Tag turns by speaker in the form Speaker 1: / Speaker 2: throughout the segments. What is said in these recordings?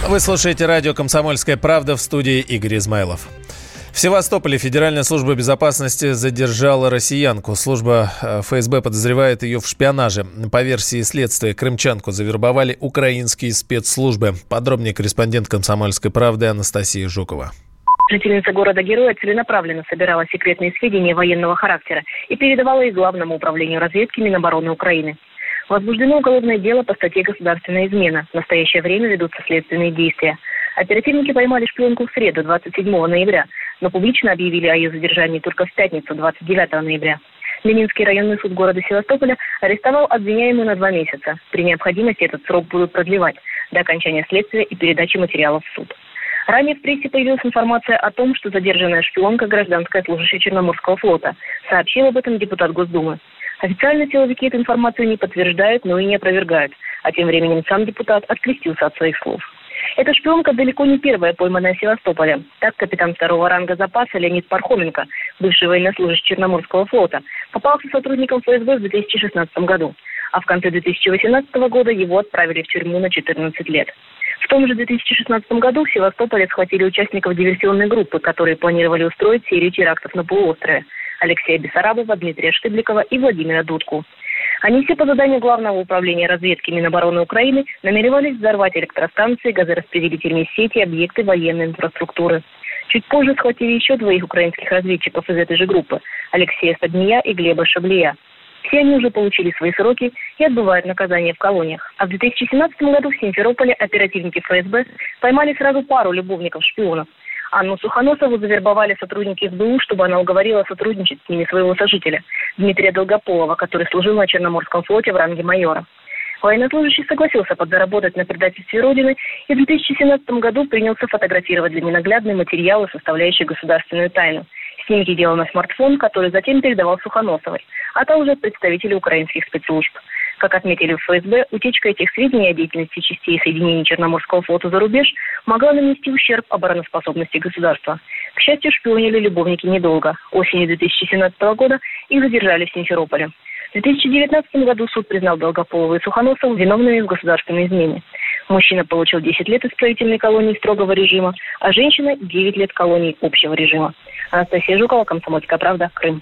Speaker 1: Вы слушаете радио «Комсомольская правда», в студии Игорь Измайлов. В Севастополе Федеральная служба безопасности задержала россиянку. Служба ФСБ подозревает ее в шпионаже. По версии следствия, крымчанку завербовали украинские спецслужбы. Подробнее корреспондент «Комсомольской правды» Анастасия Жукова.
Speaker 2: Жительница города-героя целенаправленно собирала секретные сведения военного характера и передавала их Главному управлению разведки Минобороны Украины. Возбуждено уголовное дело по статье «Государственная измена». В настоящее время ведутся следственные действия. Оперативники поймали шпионку в среду, 27 ноября, но публично объявили о ее задержании только в пятницу, 29 ноября. Ленинский районный суд города Севастополя арестовал обвиняемую на 2 месяца. При необходимости этот срок будут продлевать до окончания следствия и передачи материалов в суд. Ранее в прессе появилась информация о том, что задержанная шпионка – гражданская служащая Черноморского флота. Сообщил об этом депутат Госдумы. Официально силовики эту информацию не подтверждают, но и не опровергают. А тем временем сам депутат открестился от своих слов. Эта шпионка далеко не первая пойманная в Севастополе. Так, капитан 2-го ранга запаса Леонид Пархоменко, бывший военнослужащий Черноморского флота, попался сотрудникам ФСБ в 2016 году. А в конце 2018 года его отправили в тюрьму на 14 лет. В том же 2016 году в Севастополе схватили участников диверсионной группы, которые планировали устроить серию терактов на полуострове: Алексея Бессарабова, Дмитрия Штыбликова и Владимира Дудку. Они все по заданию Главного управления разведки Минобороны Украины намеревались взорвать электростанции, газораспределительные сети и объекты военной инфраструктуры. Чуть позже схватили еще 2 украинских разведчиков из этой же группы – Алексея Стадния и Глеба Шаблия. Все они уже получили свои сроки и отбывают наказание в колониях. А в 2017 году в Симферополе оперативники ФСБ поймали сразу пару любовников-шпионов. Анну Сухоносову завербовали сотрудники СБУ, чтобы она уговорила сотрудничать с ними своего сожителя Дмитрия Долгополова, который служил на Черноморском флоте в ранге майора. Военнослужащий согласился подзаработать на предательстве Родины и в 2017 году принялся фотографировать для ненаглядной материалы, составляющие государственную тайну. Снимки делал на смартфон, который затем передавал Сухоносовой, а та уже представителю украинских спецслужб. Как отметили в ФСБ, утечка этих сведений о деятельности частей соединений Черноморского флота за рубеж могла нанести ущерб обороноспособности государства. К счастью, шпионили любовники недолго. Осенью 2017 года их задержали в Симферополе. В 2019 году суд признал Долгополова и Сухоносову виновными в государственной измене. Мужчина получил 10 лет исправительной колонии строгого режима, а женщина – 9 лет колонии общего режима. Анастасия Жукова, «Комсомольская правда», Крым.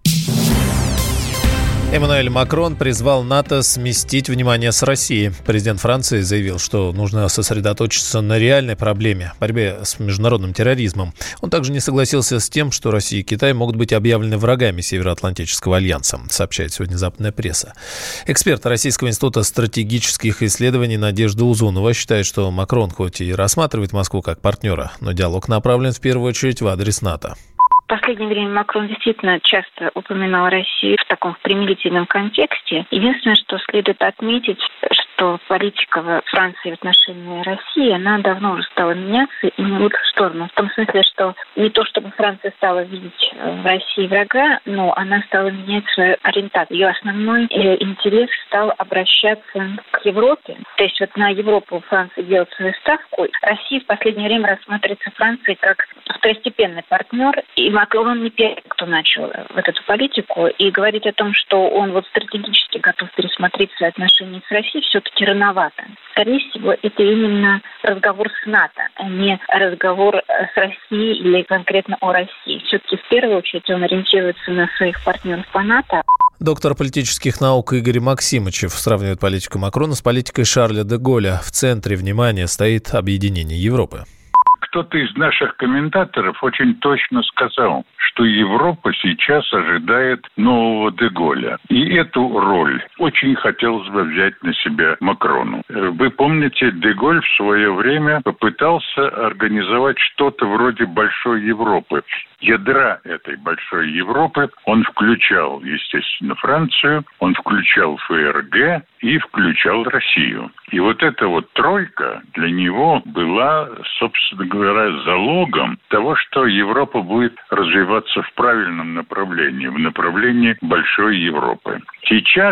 Speaker 1: Эммануэль Макрон призвал НАТО сместить внимание с России. Президент Франции заявил, что нужно сосредоточиться на реальной проблеме – борьбе с международным терроризмом. Он также не согласился с тем, что Россия и Китай могут быть объявлены врагами Североатлантического альянса, сообщает сегодня западная пресса. Эксперт Российского института стратегических исследований Надежда Узунова считает, что Макрон хоть и рассматривает Москву как партнера, но диалог направлен в первую очередь в адрес НАТО.
Speaker 3: В последнее время Макрон действительно часто упоминал Россию в таком примирительном контексте. Единственное, что следует отметить, что политика Франции в отношении России, она давно уже стала меняться и не в лучшую сторону. В том смысле, что не то, чтобы Франция стала видеть в России врага, но она стала менять свою ориентацию. Ее основной интерес стал обращаться к Европе. То есть вот на Европу Франция делает свою ставку. Россия в последнее время рассматривается Францией как второстепенный партнер. И Макрон не первый, кто начал вот эту политику. И говорит о том, что он вот стратегически готов пересмотреть свои отношения с Россией, все-таки рановато. Скорее всего, это именно разговор с НАТО, а не разговор с Россией или конкретно о России. Все-таки в первую очередь он ориентируется на своих партнеров по НАТО.
Speaker 1: Доктор политических наук Игорь Максимычев сравнивает политику Макрона с политикой Шарля де Голля. В центре внимания стоит объединение Европы.
Speaker 4: Кто-то из наших комментаторов очень точно сказал, что Европа сейчас ожидает нового де Голля. И эту роль очень хотелось бы взять на себя Макрону. Вы помните, де Голль в свое время попытался организовать что-то вроде большой Европы. Ядра этой большой Европы он включал, естественно, Францию, он включал ФРГ и включал Россию. И вот эта вот тройка для него была, собственно говоря, залогом того, что Европа будет развиваться в правильном направлении, в направлении большой Европы. Сейчас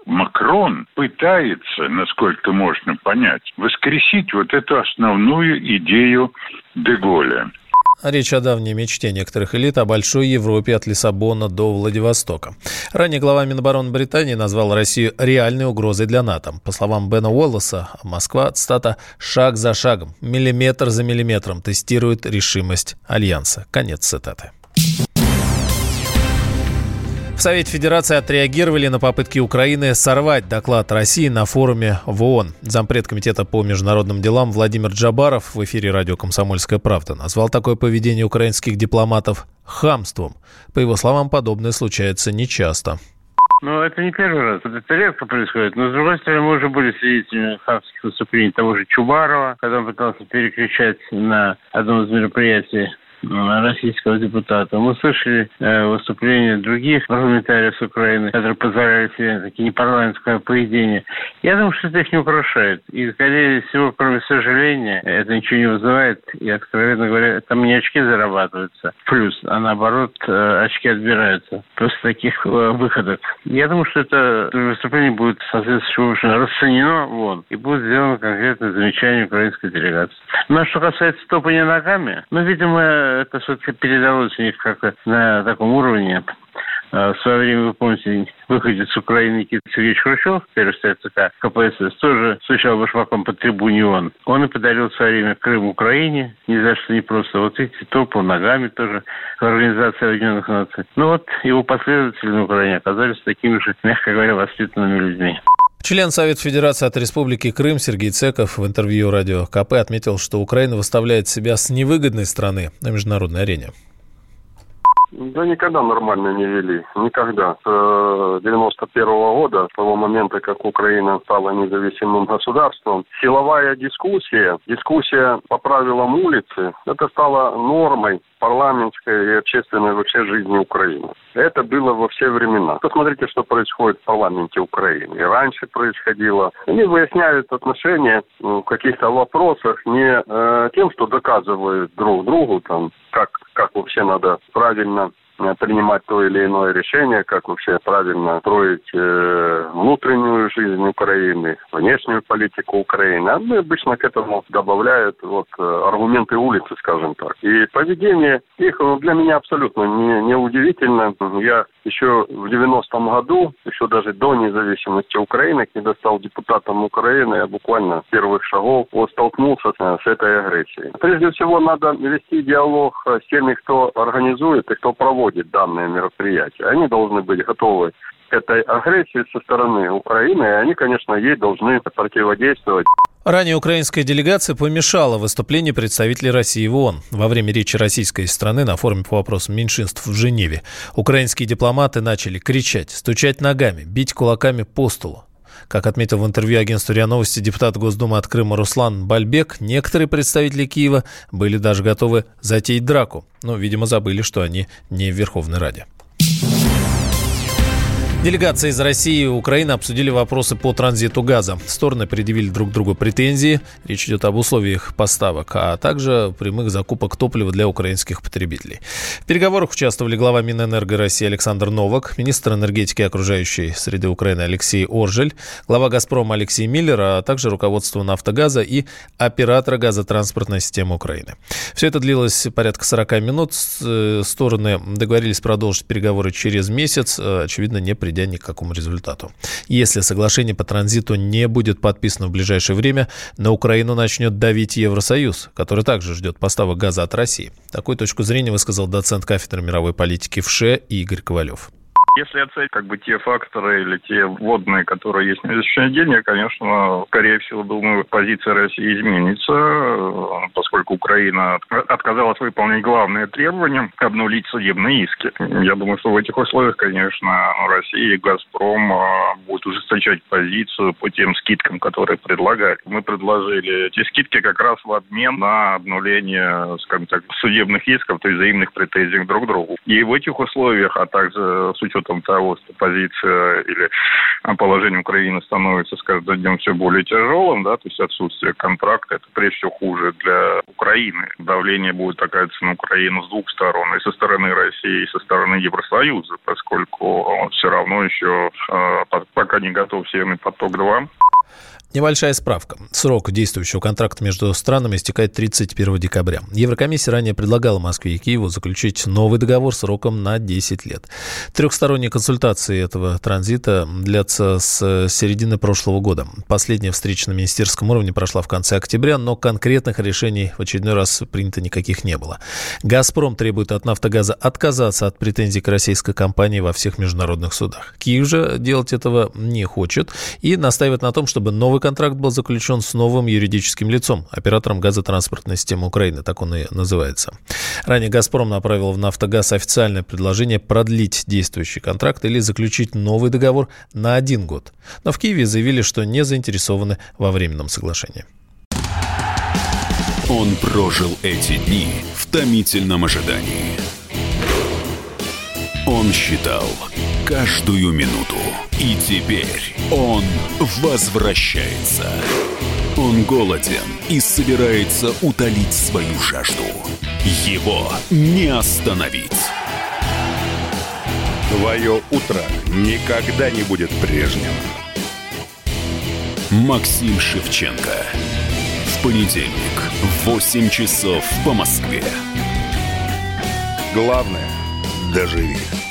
Speaker 4: Макрон пытается, насколько можно понять, воскресить вот эту основную идею де Голля.
Speaker 1: Речь о давней мечте некоторых элит о большой Европе от Лиссабона до Владивостока. Ранее глава Минобороны Британии назвал Россию реальной угрозой для НАТО. По словам Бена Уоллеса, Москва, цитата, «шаг за шагом, миллиметр за миллиметром тестирует решимость Альянса». Конец цитаты. В Совете Федерации отреагировали на попытки Украины сорвать доклад России на форуме в ООН. Зампред Комитета по международным делам Владимир Джабаров в эфире радио «Комсомольская правда» назвал такое поведение украинских дипломатов хамством. По его словам, подобное случается нечасто.
Speaker 5: Это не первый раз. Это редко происходит. Но, с другой стороны, мы уже были свидетелями хамских выступлений того же Чубарова, когда он пытался перекричать на одном из мероприятий российского депутата. Мы слышали выступления других парламентариев с Украины, которые позволяли себе такие непарламентское поведение. Я думаю, что это их не украшает. И, скорее всего, кроме сожаления, это ничего не вызывает. И, откровенно говоря, там не очки зарабатываются плюс, а наоборот, очки отбираются после таких выходок. Я думаю, что это выступление будет, соответственно, расценено и будет сделано конкретное замечание украинской делегации. Ну, а что касается топания ногами, видимо, это все-таки передалось у них как-то на таком уровне. В свое время, вы помните, выходец с Украины Никита Сергеевич Хрущев, первый ЦК КПСС, тоже стучал башмаком по трибуне ООН. Он и подарил в свое время Крым Украине, ни за что не просто. Видите, топал ногами тоже в Организации Объединенных Наций. Его последователи на Украине оказались такими же, мягко говоря, воспитанными людьми.
Speaker 1: Член Совета Федерации от Республики Крым Сергей Цеков в интервью радио КП отметил, что Украина выставляет себя с невыгодной стороны на международной арене.
Speaker 6: Да никогда нормально не вели. Никогда. С 91-го года, с того момента, как Украина стала независимым государством, силовая дискуссия по правилам улицы, это стало нормой парламентской и общественной вообще жизни Украины. Это было во все времена. Посмотрите, что происходит в парламенте Украины. И раньше происходило. Они выясняют отношения в каких-то вопросах не тем, что доказывают друг другу, как вообще надо правильно принимать то или иное решение, как вообще правильно строить внутреннюю жизнь Украины, внешнюю политику Украины. Они обычно к этому добавляют аргументы улицы, скажем так. И поведение их для меня абсолютно не удивительно. Я еще в 90-м году, еще даже до независимости Украины, когда стал депутатом Украины, я буквально с первых шагов столкнулся с этой агрессией. Прежде всего, надо вести диалог с теми, кто организует и кто проводит данные мероприятия. Они должны быть готовы к этой агрессии со стороны Украины, и они, конечно, ей должны противодействовать.
Speaker 1: Ранее украинская делегация помешала выступлению представителей России в ООН. Во время речи российской страны на форуме по вопросам меньшинств в Женеве украинские дипломаты начали кричать, стучать ногами, бить кулаками по столу. Как отметил в интервью агентству РИА Новости депутат Госдумы от Крыма Руслан Бальбек, некоторые представители Киева были даже готовы затеять драку. Но, видимо, забыли, что они не в Верховной Раде. Делегации из России и Украины обсудили вопросы по транзиту газа. Стороны предъявили друг другу претензии. Речь идет об условиях поставок, а также прямых закупок топлива для украинских потребителей. В переговорах участвовали глава Минэнерго России Александр Новак, министр энергетики и окружающей среды Украины Алексей Оржель, глава «Газпрома» Алексей Миллер, а также руководство «Нафтогаза» и оператора газотранспортной системы Украины. Все это длилось порядка 40 минут. Стороны договорились продолжить переговоры через месяц, очевидно, не придя ни к какому результату. Если соглашение по транзиту не будет подписано в ближайшее время, на Украину начнет давить Евросоюз, который также ждет поставок газа от России. Такую точку зрения высказал доцент кафедры мировой политики в ШЭ Игорь Ковалев.
Speaker 7: Если оценить те факторы или те вводные, которые есть на сегодняшний день, конечно, скорее всего, думаю, позиция России изменится, поскольку Украина отказалась выполнить главное требование – обнулить судебные иски. Я думаю, что в этих условиях, конечно, Россия и «Газпром» будут ужесточать позицию по тем скидкам, которые предлагали. Мы предложили эти скидки как раз в обмен на обнуление, скажем так, судебных исков, то есть взаимных претензий друг к другу. И в этих условиях, а также с учетом того, что позиция или положение Украины становится с каждым днем все более тяжелым, то есть отсутствие контракта, это прежде всего хуже для Украины. Давление будет оказываться на Украину с двух сторон, и со стороны России, и со стороны Евросоюза, поскольку он все равно еще пока не готов Северный поток-2.
Speaker 1: Небольшая справка. Срок действующего контракта между странами истекает 31 декабря. Еврокомиссия ранее предлагала Москве и Киеву заключить новый договор сроком на 10 лет. Трехсторонние консультации этого транзита длятся с середины прошлого года. Последняя встреча на министерском уровне прошла в конце октября, но конкретных решений в очередной раз принято никаких не было. «Газпром» требует от «Нафтогаза» отказаться от претензий к российской компании во всех международных судах. Киев же делать этого не хочет и настаивает на том, чтобы новый контракт был заключен с новым юридическим лицом, оператором газотранспортной системы Украины, так он и называется. Ранее «Газпром» направил в «Нафтогаз» официальное предложение продлить действующий контракт или заключить новый договор на 1 год. Но в Киеве заявили, что не заинтересованы во временном соглашении.
Speaker 8: Он прожил эти дни в томительном ожидании. Он считал каждую минуту. И теперь он возвращается. Он голоден и собирается утолить свою жажду. Его не остановить.
Speaker 9: Твое утро никогда не будет прежним.
Speaker 8: Максим Шевченко. В понедельник в 8 часов по Москве.
Speaker 9: Главное – доживи.